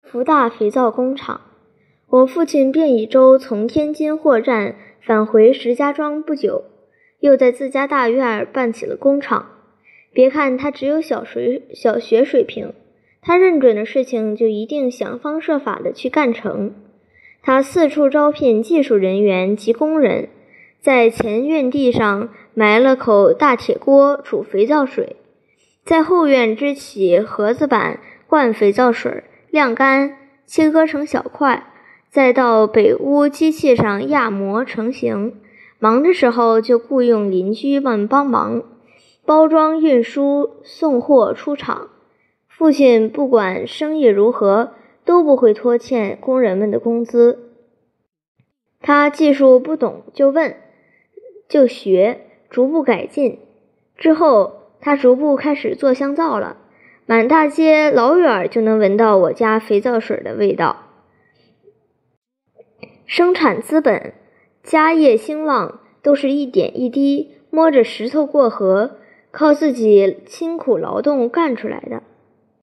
福大肥皂工厂。我父亲便以舟从天津货站返回石家庄不久，又在自家大院办起了工厂。别看他只有小学水平，他认准的事情就一定想方设法的去干成。他四处招聘技术人员及工人，在前院地上埋了口大铁锅煮肥皂水，在后院支起盒子板灌肥皂水，晾干，切割成小块，再到北屋机器上压模成型。忙的时候就雇佣邻居们帮忙，包装、运输、送货出厂。父亲不管生意如何，都不会拖欠工人们的工资。他技术不懂就问，就学，逐步改进。之后他逐步开始做香皂了，满大街老远就能闻到我家肥皂水的味道。生产资本、家业兴旺，都是一点一滴摸着石头过河，靠自己辛苦劳动干出来的。